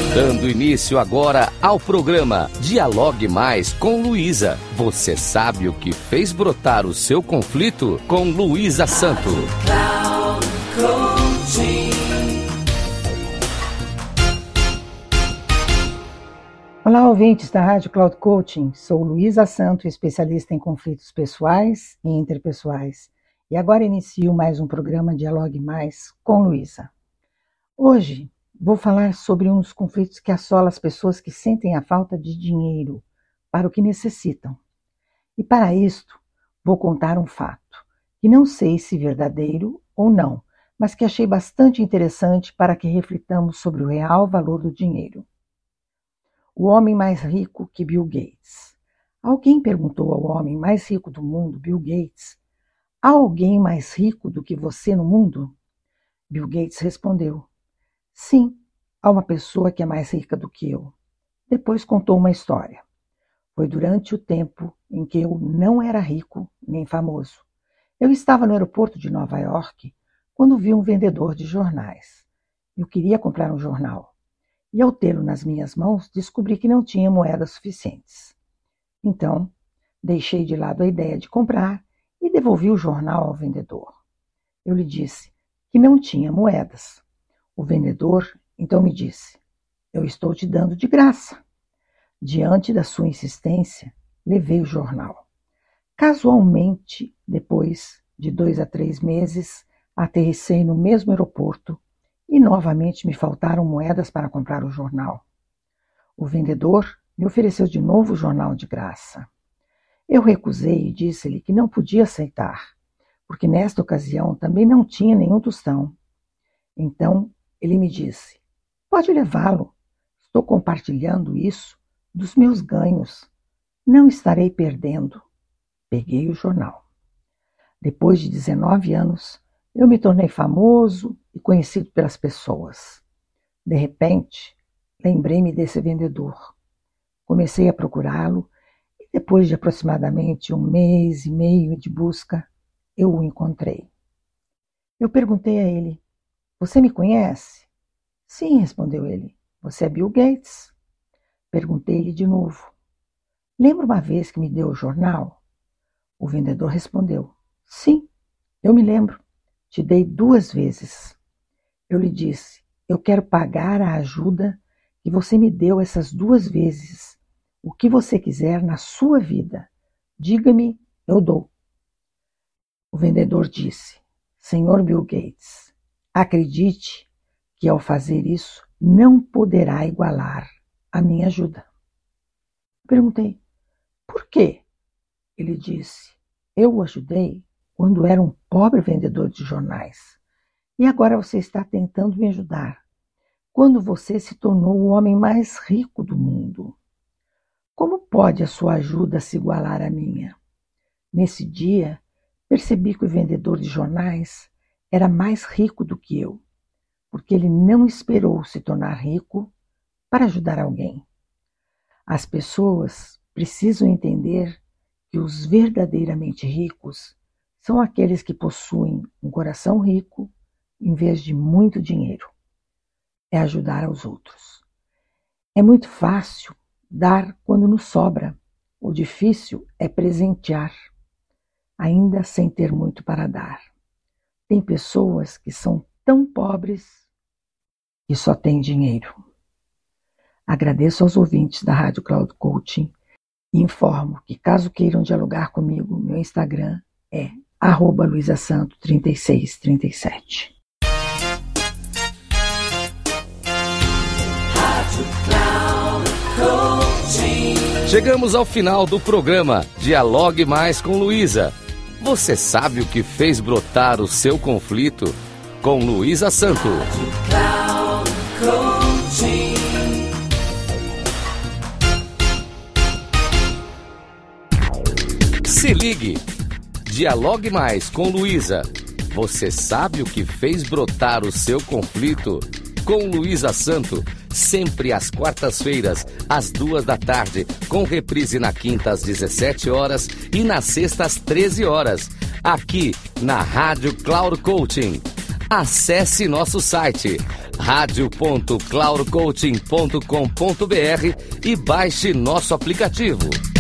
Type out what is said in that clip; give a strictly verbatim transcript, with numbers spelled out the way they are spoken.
Dando início agora ao programa Dialogue Mais com Luísa. Você sabe o que fez brotar o seu conflito? Com Luísa Santo. Olá, ouvintes da Rádio Cloud Coaching. Sou Luísa Santo, especialista em conflitos pessoais e interpessoais. E agora inicio mais um programa Dialogue Mais com Luísa. Hoje vou falar sobre um dos conflitos que assola as pessoas que sentem a falta de dinheiro para o que necessitam. E para isto, vou contar um fato, que não sei se verdadeiro ou não, mas que achei bastante interessante para que reflitamos sobre o real valor do dinheiro. O homem mais rico que Bill Gates. Alguém perguntou ao homem mais rico do mundo, Bill Gates, há alguém mais rico do que você no mundo? Bill Gates respondeu, sim, há uma pessoa que é mais rica do que eu. Depois contou uma história. Foi durante o tempo em que eu não era rico nem famoso. Eu estava no aeroporto de Nova York quando vi um vendedor de jornais. Eu queria comprar um jornal. E ao tê-lo nas minhas mãos, descobri que não tinha moedas suficientes. Então, deixei de lado a ideia de comprar e devolvi o jornal ao vendedor. Eu lhe disse que não tinha moedas. O vendedor então me disse, eu estou te dando de graça. Diante da sua insistência, levei o jornal. Casualmente, depois de dois a três meses, aterrissei no mesmo aeroporto e novamente me faltaram moedas para comprar o jornal. O vendedor me ofereceu de novo o jornal de graça. Eu recusei e disse-lhe que não podia aceitar, porque nesta ocasião também não tinha nenhum tostão. Então ele me disse, pode levá-lo, estou compartilhando isso dos meus ganhos, não estarei perdendo. Peguei o jornal. Depois de dezenove anos, eu me tornei famoso e conhecido pelas pessoas. De repente, lembrei-me desse vendedor. Comecei a procurá-lo e depois de aproximadamente um mês e meio de busca, eu o encontrei. Eu perguntei a ele, você me conhece? Sim, respondeu ele. Você é Bill Gates? Perguntei-lhe de novo. Lembra uma vez que me deu o jornal? O vendedor respondeu, sim, eu me lembro. Te dei duas vezes. Eu lhe disse, eu quero pagar a ajuda que você me deu essas duas vezes. O que você quiser na sua vida, diga-me, eu dou. O vendedor disse, senhor Bill Gates, acredite que ao fazer isso não poderá igualar a minha ajuda. Perguntei, por quê? Ele disse, eu o ajudei quando era um pobre vendedor de jornais. E agora você está tentando me ajudar, quando você se tornou o homem mais rico do mundo. Como pode a sua ajuda se igualar à minha? Nesse dia, percebi que o vendedor de jornais era mais rico do que eu, porque ele não esperou se tornar rico para ajudar alguém. As pessoas precisam entender que os verdadeiramente ricos são aqueles que possuem um coração rico em vez de muito dinheiro. É ajudar aos outros. É muito fácil dar quando nos sobra. O difícil é presentear, ainda sem ter muito para dar. Tem pessoas que são tão pobres que só têm dinheiro. Agradeço aos ouvintes da Rádio Cloud Coaching e informo que caso queiram dialogar comigo, meu Instagram é arroba luisa santo trinta e seis trinta e sete. Chegamos ao final do programa Dialogue Mais com Luísa. Você sabe o que fez brotar o seu conflito? Com Luísa Santo. Se ligue. Dialogue Mais com Luísa. Você sabe o que fez brotar o seu conflito? Com Luísa Santo, sempre às quartas-feiras, às duas da tarde, com reprise na quinta às dezessete horas e na sexta às treze horas, aqui na Rádio Cloud Coaching. Acesse nosso site rádio ponto clauro coaching ponto com ponto br e baixe nosso aplicativo.